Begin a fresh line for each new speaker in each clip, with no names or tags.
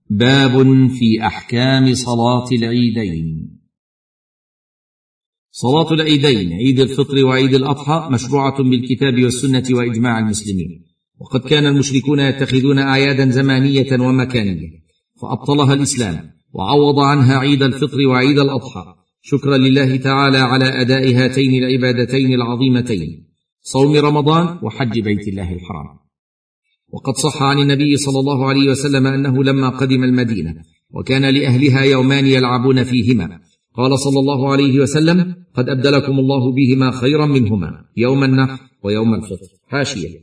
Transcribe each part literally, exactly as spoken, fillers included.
باب في أحكام صلاة العيدين. صلاة العيدين عيد الفطر وعيد الأضحى مشروعة بالكتاب والسنة وإجماع المسلمين، وقد كان المشركون يتخذون أعيادا زمانية ومكانية فأبطلها الإسلام وعوض عنها عيد الفطر وعيد الأضحى، شكرا لله تعالى على أداء هاتين العبادتين العظيمتين، صوم رمضان وحج بيت الله الحرام. وقد صح عن النبي صلى الله عليه وسلم أنه لما قدم المدينة وكان لأهلها يومان يلعبون فيهما، قال صلى الله عليه وسلم: قد أبدلكم الله بهما خيرا منهما، يوم النحر ويوم الفطر. حاشية: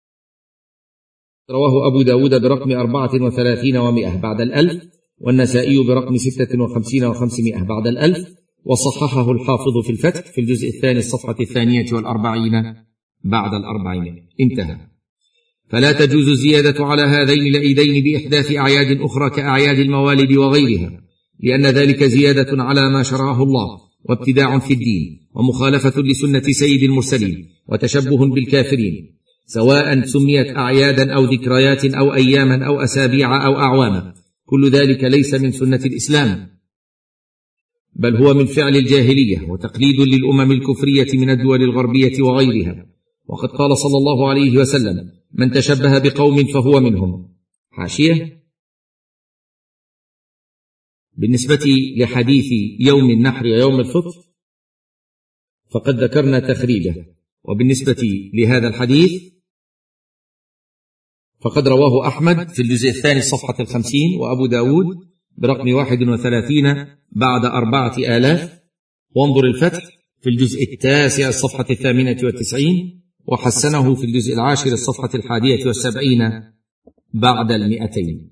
رواه أبو داود برقم أربعة وثلاثين ومئة بعد الألف، والنسائي برقم ستة وخمسين وخمسمائة بعد الألف، وصححه الحافظ في الفتح في الجزء الثاني الصفحة الثانية والأربعين بعد الأربعين. انتهى. فلا تجوز الزيادة على هذين العيدين بإحداث أعياد أخرى كأعياد الموالد وغيرها، لأن ذلك زيادة على ما شرعه الله وابتداع في الدين ومخالفة لسنة سيد المرسلين وتشبه بالكافرين، سواء سميت أعيادا أو ذكريات أو أياما أو أسابيع أو أعواما، كل ذلك ليس من سنة الإسلام، بل هو من فعل الجاهلية وتقليد للأمم الكفرية من الدول الغربية وغيرها. وقد قال صلى الله عليه وسلم: من تشبه بقوم فهو منهم. حاشية: بالنسبة لحديث يوم النحر ويوم الفطر فقد ذكرنا تخريجه، وبالنسبة لهذا الحديث فقد رواه أحمد في الجزء الثاني الصفحة الخمسين، وأبو داود برقم واحد وثلاثين بعد أربعة آلاف، وانظر الفتح في الجزء التاسع الصفحة الثامنة والتسعين، وحسنه في الجزء العاشر الصفحة الحادية والسبعين بعد المئتين.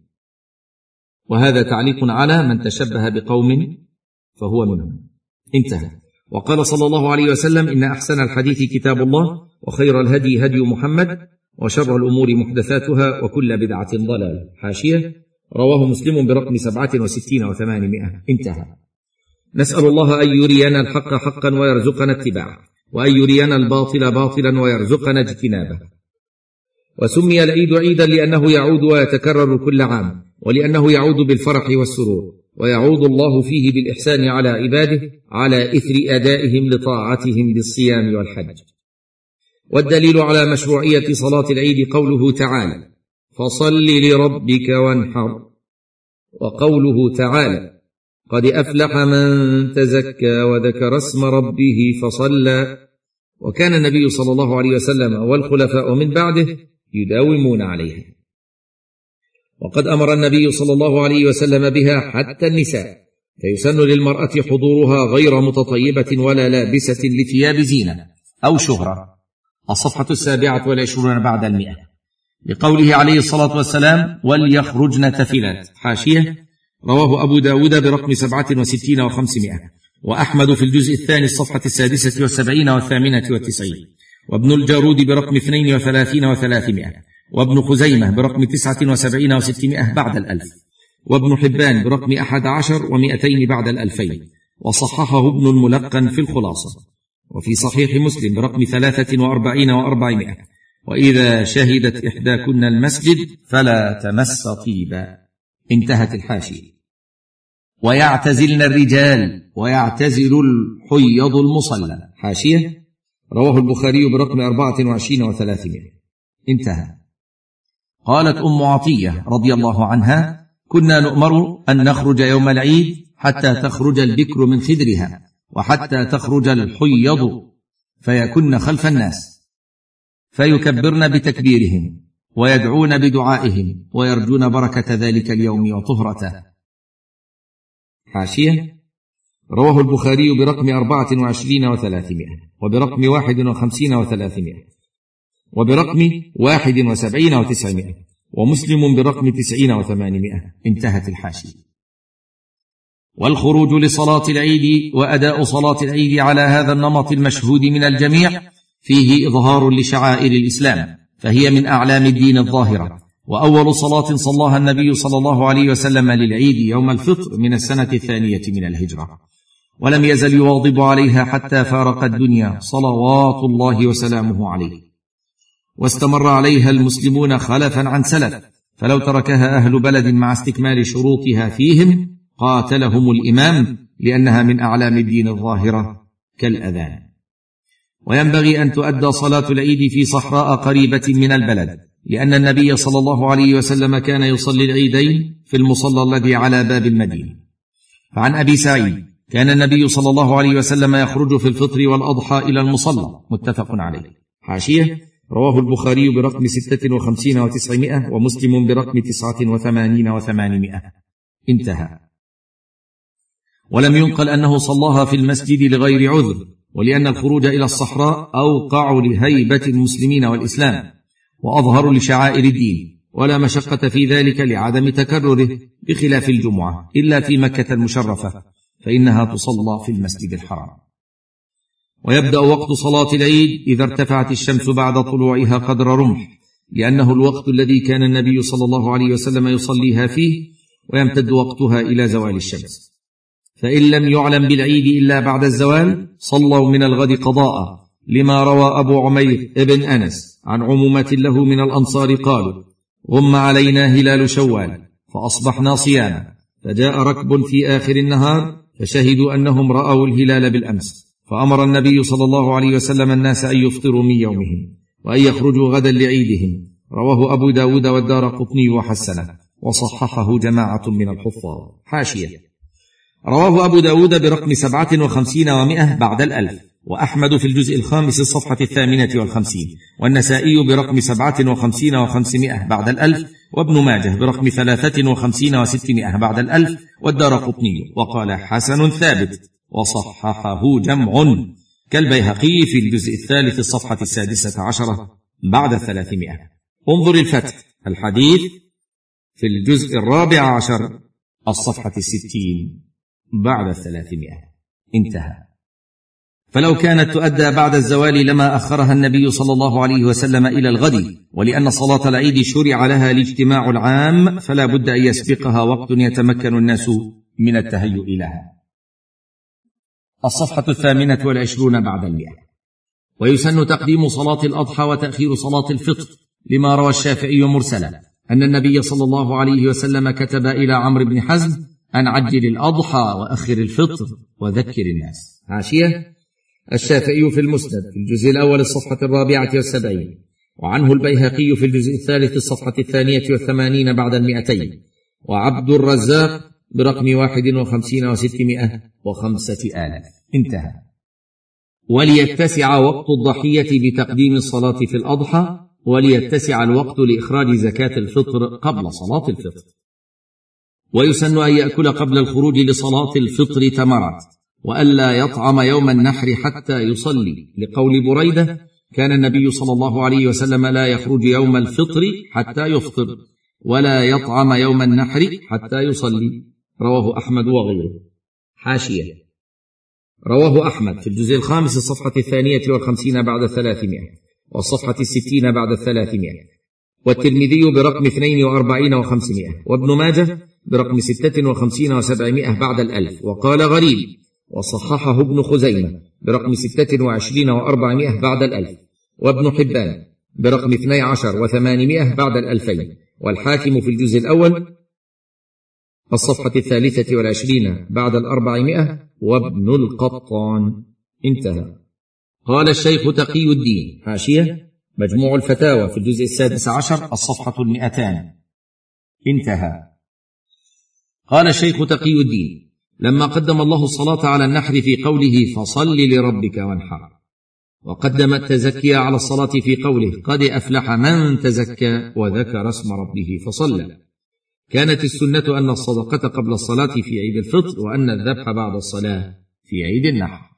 وهذا تعليق على من تشبه بقوم فهو منهم. انتهى. وقال صلى الله عليه وسلم: إن أحسن الحديث كتاب الله، وخير الهدي هدي محمد، وشر الأمور محدثاتها، وكل بدعة ضلالة. حاشية: رواه مسلم برقم سبعة وستين وثمانمائة. انتهى. نسأل الله أن يرينا الحق حقا ويرزقنا اتباعه، وأن يرينا الباطل باطلا ويرزقنا اجتنابه. وسمي العيد عيدا لأنه يعود ويتكرر كل عام، ولأنه يعود بالفرح والسرور، ويعود الله فيه بالإحسان على عباده على إثر أدائهم لطاعتهم بالصيام والحج. والدليل على مشروعية صلاة العيد قوله تعالى: فصل لربك وانحر، وقوله تعالى: قد أفلح من تزكى وذكر اسم ربه فصلى. وكان النبي صلى الله عليه وسلم والخلفاء من بعده يداومون عليها. وقد أمر النبي صلى الله عليه وسلم بها حتى النساء، فيسن للمرأة حضورها غير متطيبة ولا لابسة لثياب زينة أو شهرة. الصفحة السابعة والعشرون بعد المئة، لقوله عليه الصلاة والسلام: وليخرجن تفلات. حاشية: رواه أبو داود برقم سبعة وستين وخمسمائة، وأحمد في الجزء الثاني الصفحة السادسة والسبعين والثامنة والتسعين، وابن الجارود برقم اثنين وثلاثين وثلاثمائة، وابن خزيمة برقم تسعة وسبعين وستمائة بعد الألف، وابن حبان برقم أحد عشر ومئتين بعد الألفين، وصححه ابن الملقن في الخلاصة. وفي صحيح مسلم برقم ثلاثة وأربعين وأربعمائة: وإذا شهدت إحداكن المسجد فلا تمس طيبا. انتهت الحاشية. ويعتزلن الرجال ويعتزل الحيض المصلى. حاشية: رواه البخاري برقم أربعة وعشرين وثلاثمائة. انتهى. قالت أم عطية رضي الله عنها: كنا نؤمر أن نخرج يوم العيد حتى تخرج البكر من خدرها، وحتى تخرج الحيض، فيكن خلف الناس، فيكبرن بتكبيرهم، ويدعون بدعائهم، ويرجون بركة ذلك اليوم وطهرته. حاشية: رواه البخاري برقم أربعة وعشرين وثلاثمائة، وبرقم واحد وخمسين وثلاثمائة، وبرقم واحد وسبعين وتسعمائة، ومسلم برقم تسعين وثمانمائة. انتهت الحاشية. والخروج لصلاة العيد وأداء صلاة العيد على هذا النمط المشهود من الجميع فيه إظهار لشعائر الإسلام، فهي من أعلام الدين الظاهرة. وأول صلاة صلاها النبي صلى الله عليه وسلم للعيد يوم الفطر من السنة الثانية من الهجرة، ولم يزل يواظب عليها حتى فارق الدنيا صلوات الله وسلامه عليه، واستمر عليها المسلمون خلفا عن سلف، فلو تركها أهل بلد مع استكمال شروطها فيهم قاتلهم الإمام، لأنها من أعلام الدين الظاهرة كالأذان. وينبغي أن تؤدى صلاة العيد في صحراء قريبة من البلد، لأن النبي صلى الله عليه وسلم كان يصلي العيدين في المصلى الذي على باب المدينة. فعن أبي سعيد كان النبي صلى الله عليه وسلم يخرج في الفطر والأضحى إلى المصلى، متفق عليه. حاشية: رواه البخاري برقم ستة وخمسين وتسعمائة، ومسلم برقم تسعة وثمانين وثمانمائة. انتهى. ولم ينقل أنه صلاها في المسجد لغير عذر، ولأن الخروج إلى الصحراء أوقع لهيبة المسلمين والإسلام، وأظهر لشعائر الدين، ولا مشقة في ذلك لعدم تكرره، بخلاف الجمعة إلا في مكة المشرفة فإنها تصلى في المسجد الحرام. ويبدأ وقت صلاة العيد إذا ارتفعت الشمس بعد طلوعها قدر رمح، لأنه الوقت الذي كان النبي صلى الله عليه وسلم يصليها فيه، ويمتد وقتها إلى زوال الشمس. فإن لم يعلم بالعيد إلا بعد الزوال صلوا من الغد قضاء، لما روى أبو عمير ابن أنس عن عمومة له من الأنصار قالوا: غم علينا هلال شوال فأصبحنا صياما، فجاء ركب في آخر النهار فشهدوا أنهم رأوا الهلال بالأمس، فأمر النبي صلى الله عليه وسلم الناس أن يفطروا من يومهم وأن يخرجوا غدا لعيدهم. رواه أبو داود والدارقطني وحسنه، وصححه جماعة من الحفاظ. حاشية: رواه أبو داود برقم سبعة وخمسين ومائة بعد الألف، وأحمد في الجزء الخامس الصفحة الثامنة والخمسين، والنسائي برقم سبعة وخمسين وخمسمائة بعد الألف، وابن ماجه برقم ثلاثة وخمسين وستمائة بعد الألف، والدارقطني وقال حسن ثابت، وصححه جمع كالبيهقي في الجزء الثالث الصفحة السادسة عشرة بعد الثلاثمائة. انظر الفتح الحديث في الجزء الرابع عشر الصفحة الستين بعد الثلاثمائة. انتهى. فلو كانت تؤدى بعد الزوال لما أخرها النبي صلى الله عليه وسلم إلى الغد، ولأن صلاة العيد شرع لها الاجتماع العام، فلا بد أن يسبقها وقت يتمكن الناس من التهيؤ لها. الصفحة الثامنة والعشرون بعد المئة. ويسن تقديم صلاة الأضحى وتأخير صلاة الفطر، لما روى الشافعي مرسلا أن النبي صلى الله عليه وسلم كتب إلى عمرو بن حزم أن عجل الأضحى وأخر الفطر وذكر الناس. حاشية: الشافعي في المسند في الجزء الأول الصفحة الرابعة والسبعين، وعنه البيهقي في الجزء الثالث الصفحة الثانية والثمانين بعد المئتين، وعبد الرزاق برقم واحد وخمسين وستمائة وخمسة آلاف. انتهى. وليتسع وقت الضحية بتقديم الصلاة في الأضحى، وليتسع الوقت لإخراج زكاة الفطر قبل صلاة الفطر. ويسن أن يأكل قبل الخروج لصلاة الفطر تمرات، وألا يطعم يوم النحر حتى يصلي، لقول بريدة: كان النبي صلى الله عليه وسلم لا يخرج يوم الفطر حتى يفطر، ولا يطعم يوم النحر حتى يصلي. رواه أحمد وغيره. حاشية: رواه أحمد في الجزء الخامس الصفحة الثانية والخمسين بعد الثلاثمائة، والصفحة الستين بعد الثلاثمائة، والترمذي برقم اثنين وأربعين وخمسمائة، وابن ماجه برقم ستة وخمسين وسبعمائة بعد الألف، وقال غريب، وصححه ابن خزيمة برقم ستة وعشرين وأربعمائة بعد الألف، وابن حبان برقم اثني عشر وثمانمائة بعد الألفين، والحاكم في الجزء الأول الصفحة الثالثة والعشرين بعد الأربعمائة، وابن القطان. انتهى. قال الشيخ تقي الدين. حاشية: مجموع الفتاوى في الجزء السادس عشر الصفحة المئتان. انتهى. قال الشيخ تقي الدين: لما قدم الله الصلاة على النحر في قوله فصل لربك وانحر، وقدم التزكية على الصلاة في قوله قد أفلح من تزكى وذكر اسم ربه فصلى، كانت السنة أن الصدقة قبل الصلاة في عيد الفطر، وأن الذبح بعد الصلاة في عيد النحر.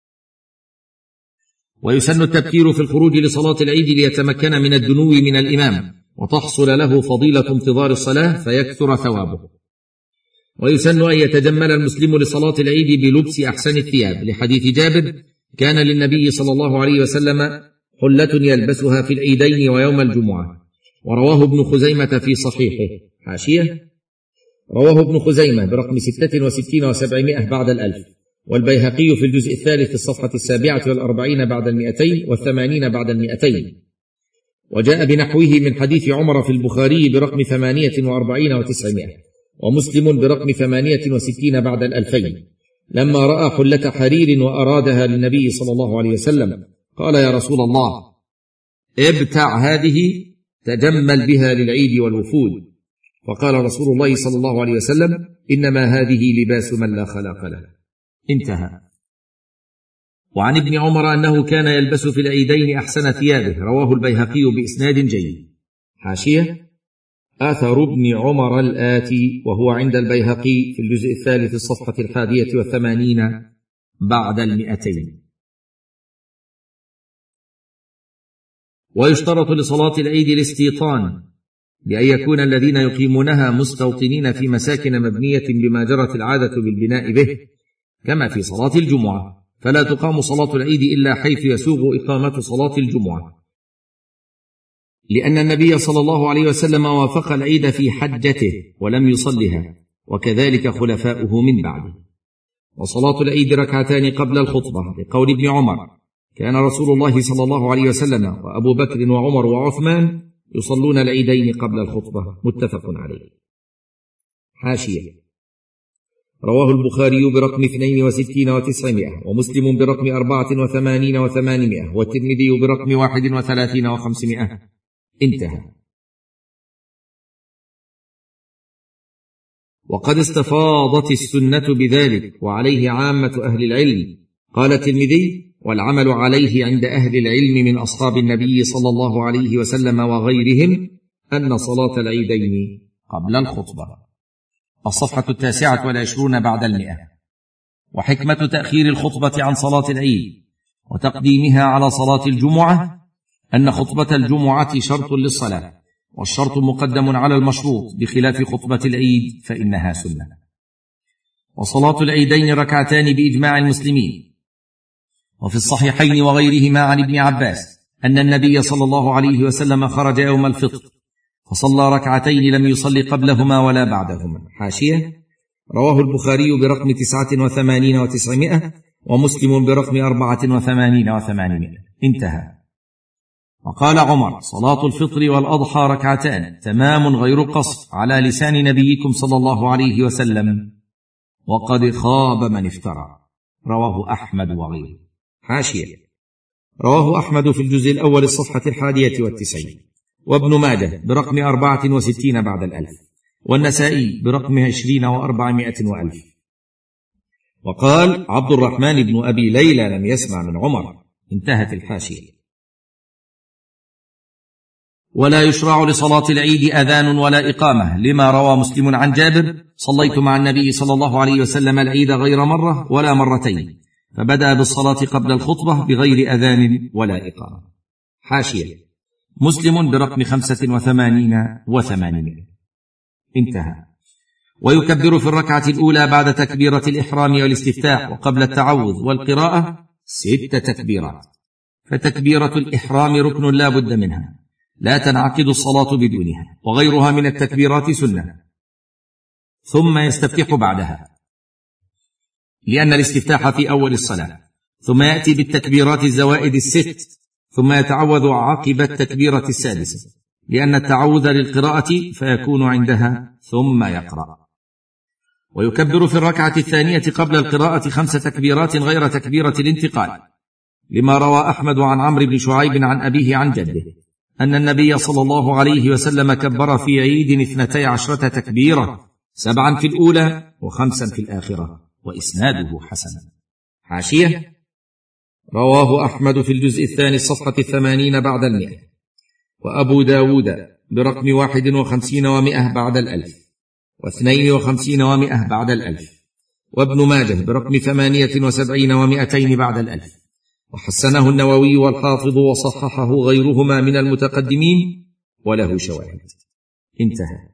ويسن التبكير في الخروج لصلاة العيد ليتمكن من الدنو من الإمام، وتحصل له فضيلة انتظار الصلاة فيكثر ثوابه. ويسن أن يتجمل المسلم لصلاة العيد بلبس أحسن الثياب، لحديث جابر: كان للنبي صلى الله عليه وسلم حلة يلبسها في العيدين ويوم الجمعة. ورواه ابن خزيمة في صحيحه. حاشية: رواه ابن خزيمة برقم ستة وستين وسبعمائة بعد الألف، والبيهقي في الجزء الثالث الصفحة السابعة والأربعين بعد المئتين والثمانين بعد المئتين، وجاء بنحوه من حديث عمر في البخاري برقم ثمانية وأربعين وتسعمائة، ومسلم برقم ثمانية وستين بعد الألفين، لما رأى حلة حرير وأرادها للنبي صلى الله عليه وسلم قال: يا رسول الله، ابتع هذه تجمل بها للعيد والوفود. فقال رسول الله صلى الله عليه وسلم: إنما هذه لباس من لا خلاق له. انتهى. وعن ابن عمر أنه كان يلبس في العيدين أحسن ثيابه، رواه البيهقي بإسناد جيد. حاشية: آثر ابن عمر الآتي، وهو عند البيهقي في الجزء الثالث الصفحة الحادية والثمانين بعد المئتين. ويشترط لصلاة العيد الاستيطان، بأن يكون الذين يقيمونها مستوطنين في مساكن مبنية بما جرت العادة بالبناء به، كما في صلاة الجمعة، فلا تقام صلاة العيد إلا حيث يسوغ إقامة صلاة الجمعة، لأن النبي صلى الله عليه وسلم وافق العيد في حجته ولم يصلها، وكذلك خلفاؤه من بعده. وصلاة العيد ركعتان قبل الخطبة، لقول ابن عمر: كان رسول الله صلى الله عليه وسلم وأبو بكر وعمر وعثمان يصلون العيدين قبل الخطبة، متفق عليه. حاشية: رواه البخاري برقم اثنين وستين وتسعمائة، ومسلم برقم أربعة وثمانين وثمانمائة، والترمذي برقم واحد وثلاثين وخمسمائة. انتهى. وقد استفاضت السنة بذلك، وعليه عامة أهل العلم. قال الترمذي: والعمل عليه عند أهل العلم من أصحاب النبي صلى الله عليه وسلم وغيرهم أن صلاة العيدين قبل الخطبة. الصفحة التاسعة والعشرون بعد المئة. وحكمة تأخير الخطبة عن صلاة العيد وتقديمها على صلاة الجمعة أن خطبة الجمعة شرط للصلاة، والشرط مقدم على المشروط، بخلاف خطبة العيد فإنها سنة. وصلاة العيدين ركعتان بإجماع المسلمين. وفي الصحيحين وغيرهما عن ابن عباس أن النبي صلى الله عليه وسلم خرج يوم الفطر فصلى ركعتين لم يصل قبلهما ولا بعدهما. حاشية: رواه البخاري برقم تسعة وثمانين وتسعمائة، ومسلم برقم أربعة وثمانين وثمانمائة. انتهى. وقال عمر: صلاة الفطر والأضحى ركعتان تمام غير قصر، على لسان نبيكم صلى الله عليه وسلم، وقد خاب من افترى. رواه أحمد وغيره. حاشية: رواه أحمد في الجزء الأول الصفحة الحادية والتسعين، وابن ماجه برقم أربعة وستين بعد الألف، والنسائي برقم عشرين وأربعمائة وألف. وقال عبد الرحمن بن أبي ليلى: لم يسمع من عمر. انتهت الحاشية. ولا يشرع لصلاة العيد أذان ولا إقامة، لما روى مسلم عن جابر: صليت مع النبي صلى الله عليه وسلم العيد غير مرة ولا مرتين، فبدأ بالصلاة قبل الخطبة بغير أذان ولا إقامة. حاشية: مسلم برقم خمسة وثمانين وثمانمائة. انتهى. ويكبر في الركعة الأولى بعد تكبيرة الإحرام والاستفتاح وقبل التعوذ والقراءة ست تكبيرات، فتكبيرة الإحرام ركن لا بد منها، لا تنعقد الصلاة بدونها، وغيرها من التكبيرات سنة. ثم يستفتح بعدها، لأن الاستفتاح في أول الصلاة، ثم يأتي بالتكبيرات الزوائد الست، ثم يتعوذ عقب التكبيرة السادسة، لأن التعوذ للقراءة فيكون عندها، ثم يقرأ. ويكبر في الركعة الثانية قبل القراءة خمس تكبيرات غير تكبيرة الانتقال، لما روى أحمد عن عمرو بن شعيب عن أبيه عن جده أن النبي صلى الله عليه وسلم كبر في عيد اثنتي عشرة تكبيرة، سبعا في الأولى وخمسا في الآخرة، وإسناده حسن. حاشية: رواه أحمد في الجزء الثاني الصفحة الثمانين بعد المئة، وأبو داود برقم واحد وخمسين ومئة بعد الألف، واثنين وخمسين ومئة بعد الألف، وابن ماجه برقم ثمانية وسبعين ومئتين بعد الألف، وحسنه النووي والحافظ وصححه غيرهما من المتقدمين، وله شواهد. انتهى.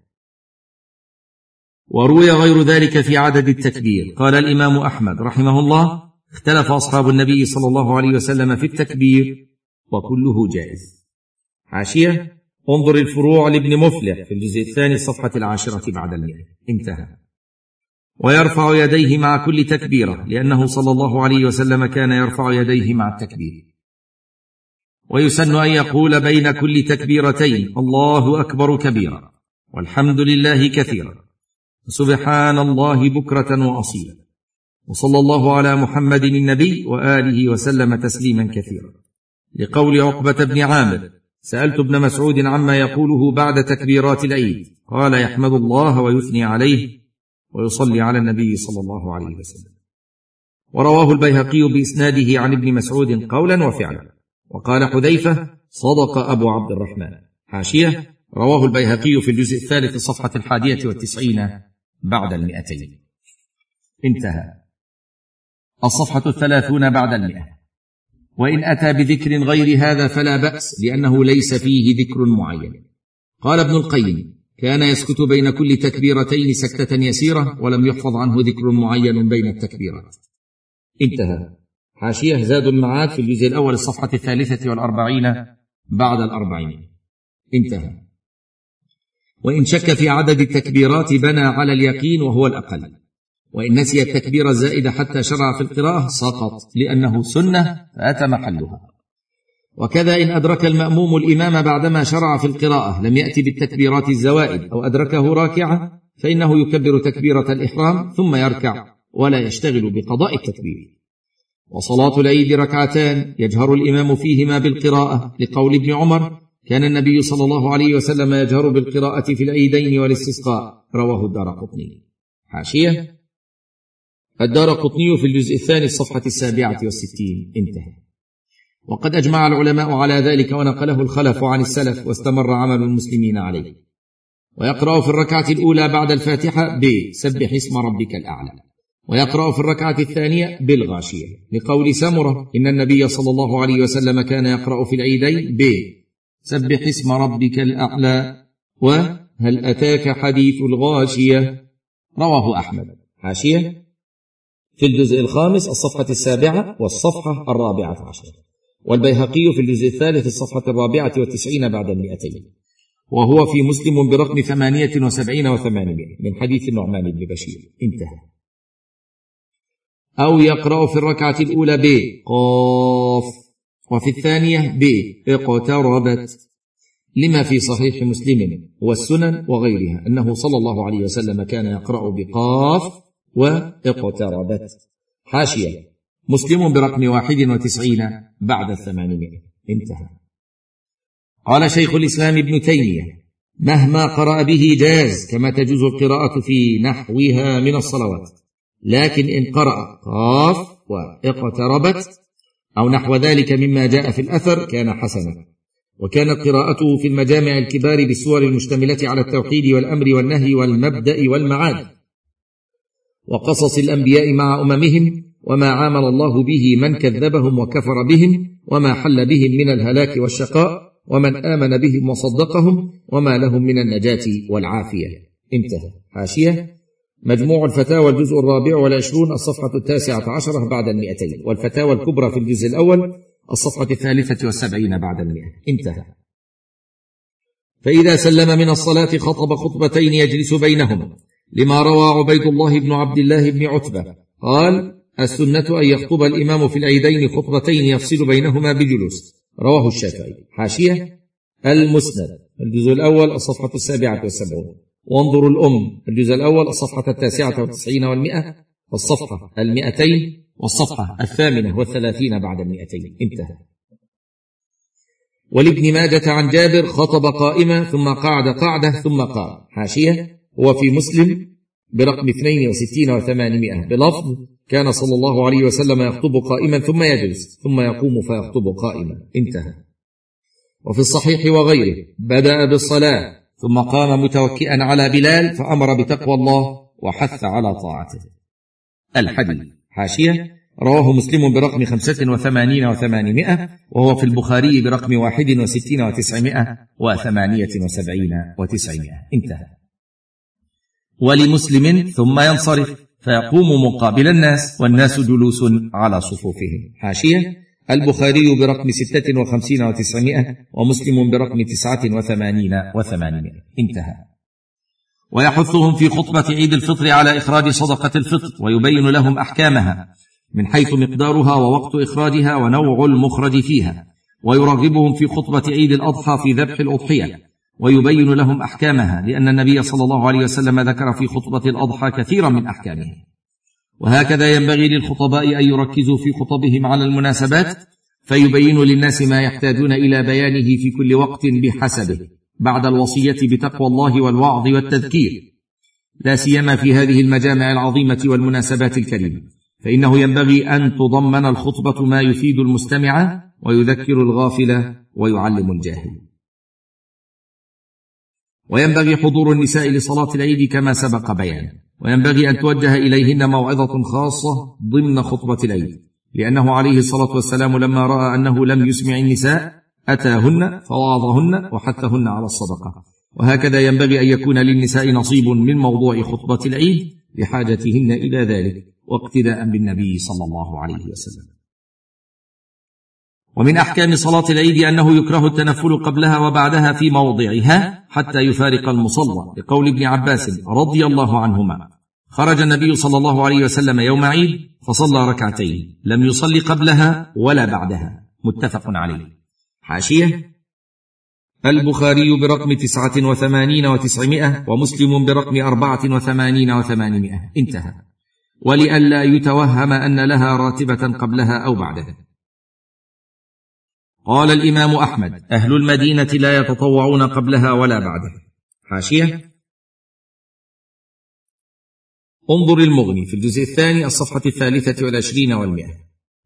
وروي غير ذلك في عدد التكبير. قال الإمام أحمد رحمه الله: اختلف أصحاب النبي صلى الله عليه وسلم في التكبير، وكله جائز. حاشية: انظر الفروع لابن مفلح في الجزء الثاني الصفحة العاشرة بعد المئة. انتهى. ويرفع يديه مع كل تكبيرة، لأنه صلى الله عليه وسلم كان يرفع يديه مع التكبير. ويسن أن يقول بين كل تكبيرتين الله أكبر كبيرا والحمد لله كثيرا سبحان الله بكرة وأصيلا، وصلى الله على محمد النبي وآله وسلم تسليما كثيرا. لقول عقبة بن عامر: سألت ابن مسعود عما يقوله بعد تكبيرات العيد، قال: يحمد الله ويثني عليه ويصلي على النبي صلى الله عليه وسلم. ورواه البيهقي بإسناده عن ابن مسعود قولا وفعلا. وقال حذيفة: صدق أبو عبد الرحمن. حاشية: رواه البيهقي في الجزء الثالث صفحة الحادية والتسعين بعد المئتين. انتهى. الصفحة الثلاثون بعد المئة. وإن أتى بذكر غير هذا فلا بأس، لأنه ليس فيه ذكر معين. قال ابن القيم: كان يسكت بين كل تكبيرتين سكتة يسيرة، ولم يحفظ عنه ذكر معين بين التكبيرات. انتهى. حاشية: زاد المعاد في الجزء الأول الصفحة الثالثة والأربعين بعد الأربعين. انتهى. وإن شك في عدد التكبيرات بنى على اليقين وهو الأقل، وإن نسي التكبير الزائد حتى شرع في القراءة سقط، لأنه سنة فأتى محلها. وكذا إن أدرك المأموم الإمام بعدما شرع في القراءة لم يأتي بالتكبيرات الزوائد أو أدركه راكعا، فإنه يكبر تكبيرة الإحرام ثم يركع ولا يشتغل بقضاء التكبير. وصلاة العيد ركعتان يجهر الإمام فيهما بالقراءة، لقول ابن عمر: كان النبي صلى الله عليه وسلم يجهر بالقراءة في العيدين والاستسقاء. رواه الدارقطني. حاشية: الدارقطني في الجزء الثاني الصفحة السابعة والستين. انتهى. وقد أجمع العلماء على ذلك ونقله الخلف عن السلف، واستمر عمل المسلمين عليه. ويقرأ في الركعة الأولى بعد الفاتحة بسبح اسم ربك الأعلى، ويقرأ في الركعة الثانية بالغاشية، لقول سمرة: إن النبي صلى الله عليه وسلم كان يقرأ في العيدين بسبح اسم ربك الأعلى وهل أتاك حديث الغاشية. رواه أحمد. حاشية: في الجزء الخامس الصفحة السابعة والصفحة الرابعة عشر، والبيهقي في الجزء الثالث الصفحة الرابعة والتسعين بعد المئتين، وهو في مسلم برقم ثمانية وسبعين وثمانمائة من حديث النعمان بن بشير. انتهى. أو يقرأ في الركعة الأولى بقاف، وفي الثانية باقتربت، لما في صحيح مسلم والسنن وغيرها أنه صلى الله عليه وسلم كان يقرأ بقاف واقتربت. حاشية: مسلم برقم واحد وتسعين بعد الثمانمائة. انتهى. قال شيخ الإسلام ابن تيمية: مهما قرأ به جاز، كما تجوز القراءة في نحوها من الصلوات، لكن إن قرأ قاف واقتربت أو نحو ذلك مما جاء في الأثر كان حسنا. وكانت قراءته في المجامع الكبار بالسور المشتملة على التوحيد والأمر والنهي والمبدأ والمعاد وقصص الأنبياء مع أممهم، وما عامل الله به من كذبهم وكفر بهم، وما حل بهم من الهلاك والشقاء، ومن آمن بهم وصدقهم، وما لهم من النجاة والعافية. انتهى. حاشية: مجموع الفتاوى الجزء الرابع والعشرون الصفحة التاسعة عشرة بعد المئتين، والفتاوى الكبرى في الجزء الأول الصفحة الثالثة والسبعين بعد المئة. انتهى. فإذا سلم من الصلاة خطب خطبتين يجلس بينهما، لما روى عبيد الله بن عبد الله بن عتبة قال: السنة أن يخطب الإمام في العيدين خطبتين يفصل بينهما بجلوس. رواه الشافعي. حاشية: المسند الجزء الأول الصفحة السابعة والسبعون، وانظروا الأم الجزء الأول الصفحة التاسعة والتسعين والمئة، والصفحة المئتين، والصفحة الثامنة والثلاثين بعد المئتين. انتهى. ولابن ماجة عن جابر: خطب قائمة ثم قعد قعدة ثم قام. حاشية: هو في مسلم برقم اثنين وستين وثمانمائة بلفظ: كان صلى الله عليه وسلم يخطب قائما ثم يجلس ثم يقوم فيخطب قائما. انتهى. وفي الصحيح وغيره: بدأ بالصلاة ثم قام متوكئا على بلال فأمر بتقوى الله وحث على طاعته. الحديث. حاشية: رواه مسلم برقم خمسة وثمانين وثمانمائة، وهو في البخاري برقم واحد وستين وتسعمائة وثمانية وسبعين وتسعمائة. انتهى. ولمسلم: ثم ينصرف فيقوم مقابل الناس والناس جلوس على صفوفهم. حاشية: البخاري برقم ستة وخمسين وتسعمائة، ومسلم برقم تسعة وثمانين وثمانمائة. انتهى. ويحثهم في خطبة عيد الفطر على إخراج صدقة الفطر، ويبين لهم أحكامها من حيث مقدارها ووقت إخراجها ونوع المخرج فيها، ويرغبهم في خطبة عيد الأضحى في ذبح الأضحية، ويبين لهم أحكامها، لأن النبي صلى الله عليه وسلم ذكر في خطبة الأضحى كثيرا من أحكامها. وهكذا ينبغي للخطباء أن يركزوا في خطبهم على المناسبات، فيبينوا للناس ما يحتاجون إلى بيانه في كل وقت بحسبه، بعد الوصية بتقوى الله والوعظ والتذكير، لا سيما في هذه المجامع العظيمة والمناسبات الكريمة، فإنه ينبغي أن تضمن الخطبة ما يفيد المستمع ويذكر الغافل ويعلم الجاهل. وينبغي حضور النساء لصلاة العيد كما سبق بيانه، وينبغي أن توجه إليهن موعظة خاصة ضمن خطبة العيد، لأنه عليه الصلاة والسلام لما رأى أنه لم يسمع النساء أتاهن فوعظهن وحثهن على الصدقة. وهكذا ينبغي أن يكون للنساء نصيب من موضوع خطبة العيد لحاجتهن إلى ذلك، واقتداء بالنبي صلى الله عليه وسلم. ومن أحكام صلاة العيد أنه يكره التنفل قبلها وبعدها في موضعها حتى يفارق المصلى، لقول ابن عباس رضي الله عنهما: خرج النبي صلى الله عليه وسلم يوم عيد فصلى ركعتين، لم يصلي قبلها ولا بعدها، متفق عليه. حاشية: البخاري برقم تسعة وثمانين وتسعمائة، ومسلم برقم أربعة وثمانين وثمانمائة، انتهى. ولئلا يتوهم أن لها راتبة قبلها أو بعدها. قال الإمام أحمد: أهل المدينة لا يتطوعون قبلها ولا بعدها. حاشية: انظر المغني في الجزء الثاني الصفحة الثالثة والعشرين والمئة،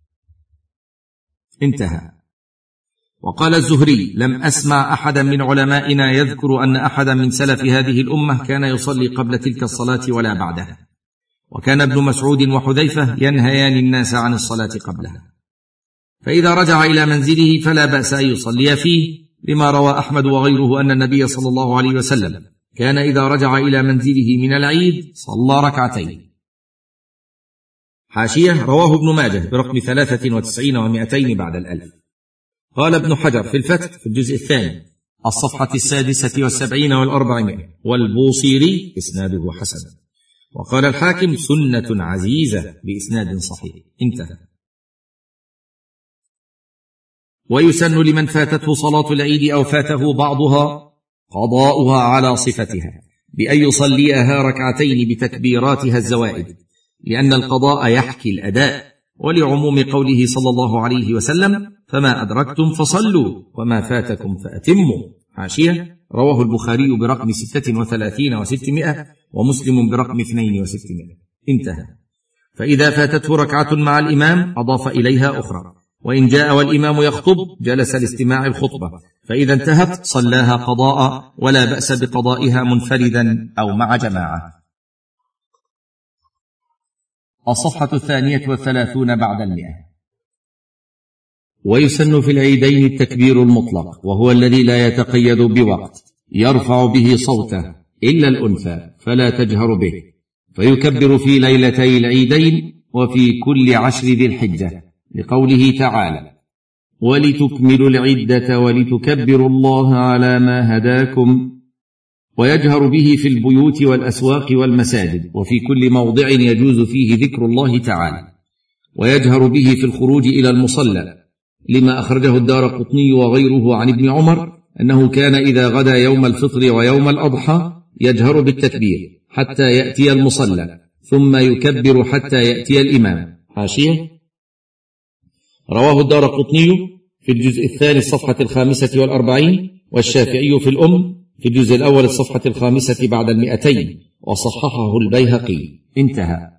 انتهى. وقال الزهري: لم أسمع أحدا من علمائنا يذكر أن أحدا من سلف هذه الأمة كان يصلي قبل تلك الصلاة ولا بعدها. وكان ابن مسعود وحذيفة ينهيان الناس عن الصلاة قبلها، فإذا رجع إلى منزله فلا بأس أن يصلي فيه، لما روى أحمد وغيره أن النبي صلى الله عليه وسلم كان إذا رجع إلى منزله من العيد صلى ركعتين. حاشية: رواه ابن ماجه برقم ثلاثة وتسعين ومائتين بعد الألف. قال ابن حجر في الفتح في الجزء الثاني الصفحة السادسة والسبعين والأربعمائة، والبوصيري إسناده حسن. وقال الحاكم: سنة عزيزة بإسناد صحيح، انتهى. ويسن لمن فاتته صلاة العيد أو فاته بعضها قضاؤها على صفتها، بأن يصليها ركعتين بتكبيراتها الزوائد، لأن القضاء يحكي الأداء، ولعموم قوله صلى الله عليه وسلم: فما أدركتم فصلوا وما فاتكم فأتموا. حاشية: رواه البخاري برقم ستة وثلاثين وستمائة، ومسلم برقم اثنين وستمائة، انتهى. فإذا فاتته ركعة مع الإمام أضاف إليها أخرى، وإن جاء والإمام يخطب جلس لاستماع الخطبة، فإذا انتهت صلاها قضاء، ولا بأس بقضائها منفردا أو مع جماعة. الصفحة الثانية والثلاثون بعد المئة. ويسن في العيدين التكبير المطلق، وهو الذي لا يتقيد بوقت يرفع به صوته إلا الأنثى، فلا تجهر به، فيكبر في ليلتي العيدين وفي كل عشر ذي الحجة، لقوله تعالى: ولتكملوا العدة ولتكبروا الله على ما هداكم. ويجهر به في البيوت والأسواق والمساجد، وفي كل موضع يجوز فيه ذكر الله تعالى. ويجهر به في الخروج إلى المصلى، لما أخرجه الدارقطني وغيره عن ابن عمر أنه كان إذا غدا يوم الفطر ويوم الأضحى يجهر بالتكبير حتى يأتي المصلى، ثم يكبر حتى يأتي الإمام. حاشية: رواه الدارقطني في الجزء الثاني الصفحة الخامسة والأربعين، والشافعي في الأم في الجزء الأول الصفحة الخامسة بعد المئتين، وصححه البيهقي، انتهى.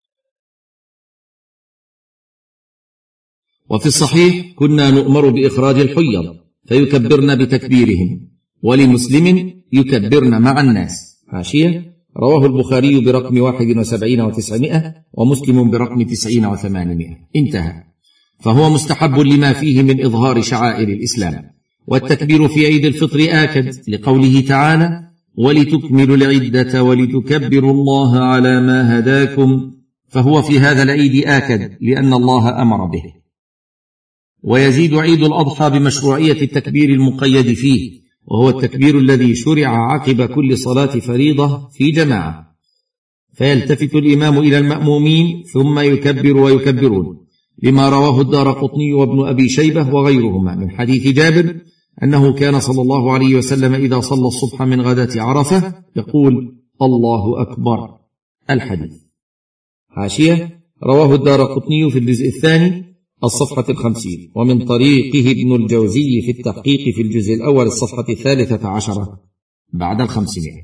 وفي الصحيح: كنا نؤمر بإخراج الحيض فيكبرن بتكبيرهم، ولمسلم يكبرن مع الناس. حاشية: رواه البخاري برقم واحد وسبعين وتسعمائة، ومسلم برقم تسعين وثمانمائة، انتهى. فهو مستحب لما فيه من إظهار شعائر الإسلام. والتكبير في عيد الفطر آكد، لقوله تعالى: ولتكملوا العدة ولتكبروا الله على ما هداكم، فهو في هذا العيد آكد لأن الله أمر به. ويزيد عيد الأضحى بمشروعية التكبير المقيد فيه، وهو التكبير الذي شرع عقب كل صلاة فريضة في جماعة، فيلتفت الإمام إلى المأمومين ثم يكبر ويكبرون، لما رواه الدارقطني وابن أبي شيبة وغيرهما من حديث جابر أنه كان صلى الله عليه وسلم إذا صلى الصبح من غداة عرفة يقول الله أكبر. الحديث. حاشية: رواه الدارقطني في الجزء الثاني الصفحة الخمسين، ومن طريقه ابن الجوزي في التحقيق في الجزء الأول الصفحة الثالثة عشرة بعد الخمسمائة.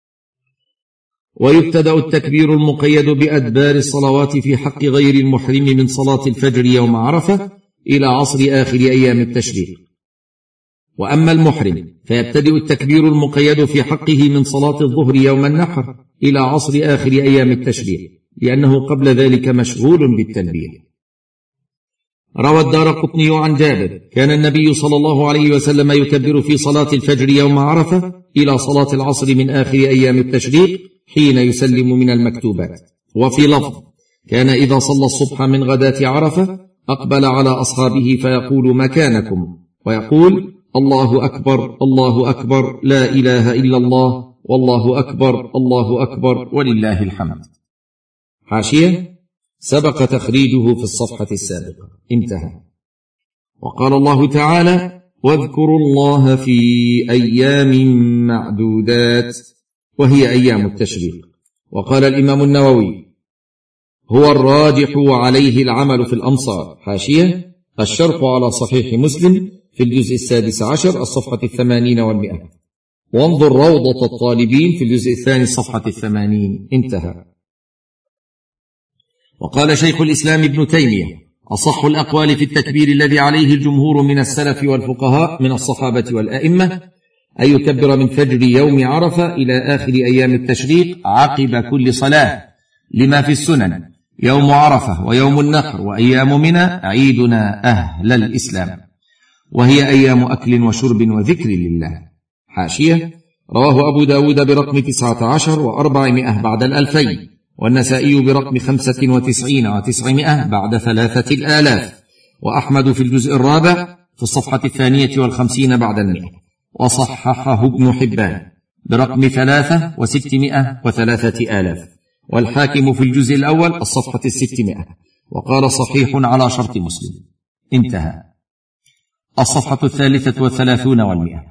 ويبتدأ التكبير المقيد بأدبار الصلوات في حق غير المحرم من صلاة الفجر يوم عرفة إلى عصر آخر أيام التشريق. وأما المحرم فيبتدئ التكبير المقيد في حقه من صلاة الظهر يوم النحر إلى عصر آخر أيام التشريق، لأنه قبل ذلك مشغول بالتلبية. روى الدارقطني عن جابر: كان النبي صلى الله عليه وسلم يكبر في صلاة الفجر يوم عرفة إلى صلاة العصر من آخر أيام التشريق حين يسلم من المكتوبات. وفي لفظ: كان إذا صلى الصبح من غداة عرفة أقبل على أصحابه فيقول مكانكم، ويقول الله أكبر الله أكبر لا إله إلا الله والله أكبر الله أكبر ولله الحمد. حاشية: سبق تخريجه في الصفحة السابقة. انتهى. وقال الله تعالى: واذكروا الله في أيام معدودات، وهي أيام التشريق. وقال الإمام النووي: هو الراجح وعليه العمل في الأمصار. حاشية: الشرح على صحيح مسلم في الجزء السادس عشر الصفحة الثمانين والمئة، وانظر روضة الطالبين في الجزء الثاني الصفحة الثمانين. انتهى. وقال شيخ الإسلام ابن تيمية: أصح الأقوال في التكبير الذي عليه الجمهور من السلف والفقهاء من الصحابة والأئمة أن يكبر من فجر يوم عرفة إلى آخر أيام التشريق عقب كل صلاة، لما في السنن: يوم عرفة ويوم النحر وأيام منى عيدنا أهل الإسلام، وهي أيام أكل وشرب وذكر لله. حاشية: رواه أبو داود برقم تسعة عشر وأربعمائة بعد الألفين، والنسائي برقم خمسة وتسعين وتسعمائة بعد ثلاثة الآلاف، وأحمد في الجزء الرابع في الصفحة الثانية والخمسين بعد المئة، وصححه ابن حبان برقم ثلاثة وستمائة وثلاثة آلاف، والحاكم في الجزء الأول الصفحة الستمائة، وقال صحيح على شرط مسلم. انتهى. الصفحة الثالثة والثلاثون والمئة.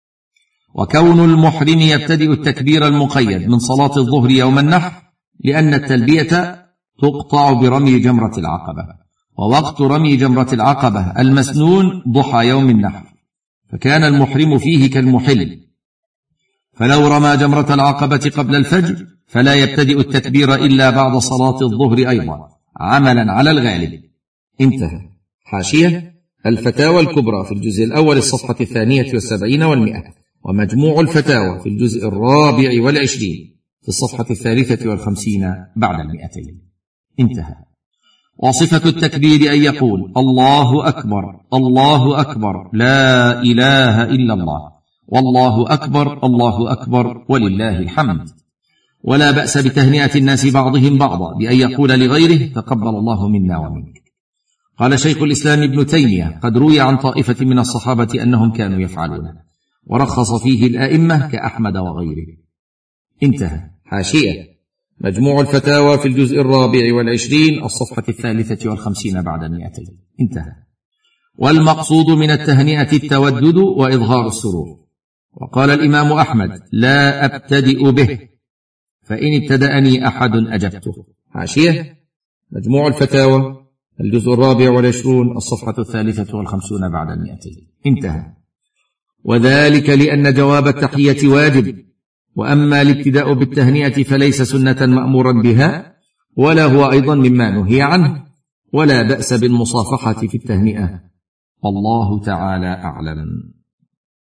وكون المحرم يبتدئ التكبير المقيد من صلاة الظهر يوم النحر لأن التلبية تقطع برمي جمرة العقبة، ووقت رمي جمرة العقبة المسنون ضحى يوم النحر، فكان المحرم فيه كالمحل، فلو رمى جمرة العقبة قبل الفجر فلا يبتدئ التكبير إلا بعد صلاة الظهر أيضا، عملا على الغالب. انتهى. حاشية: الفتاوى الكبرى في الجزء الأول الصفحة الثانية والسبعين والمئة، ومجموع الفتاوى في الجزء الرابع والعشرين في الصفحة الثالثة والخمسين بعد المئتين. انتهى. وصفة التكبير أن يقول الله أكبر الله أكبر لا إله إلا الله والله أكبر الله أكبر ولله الحمد. ولا بأس بتهنئة الناس بعضهم بعضا بأن يقول لغيره تقبل الله منا ومنك. قال شيخ الإسلام ابن تيمية: قد روي عن طائفة من الصحابة أنهم كانوا يفعلونه، ورخص فيه الآئمة كأحمد وغيره. انتهى. حاشية: مجموع الفتاوى في الجزء الرابع والعشرين الصفحة الثالثة والخمسين بعد المئتين. انتهى. والمقصود من التهنئة التودد وإظهار السرور. وقال الإمام أحمد: لا أبتدئ به، فإن ابتدأني أحد أجبته. حاشية: مجموع الفتاوى الجزء الرابع والعشرون الصفحة الثالثة والخمسون بعد المئتين. انتهى. وذلك لأن جواب التحية واجب، وأما الابتداء بالتهنئة فليس سنة مأمورا بها، ولا هو أيضا مما نهي عنه، ولا بأس بالمصافحة في التهنئة. والله تعالى أعلم.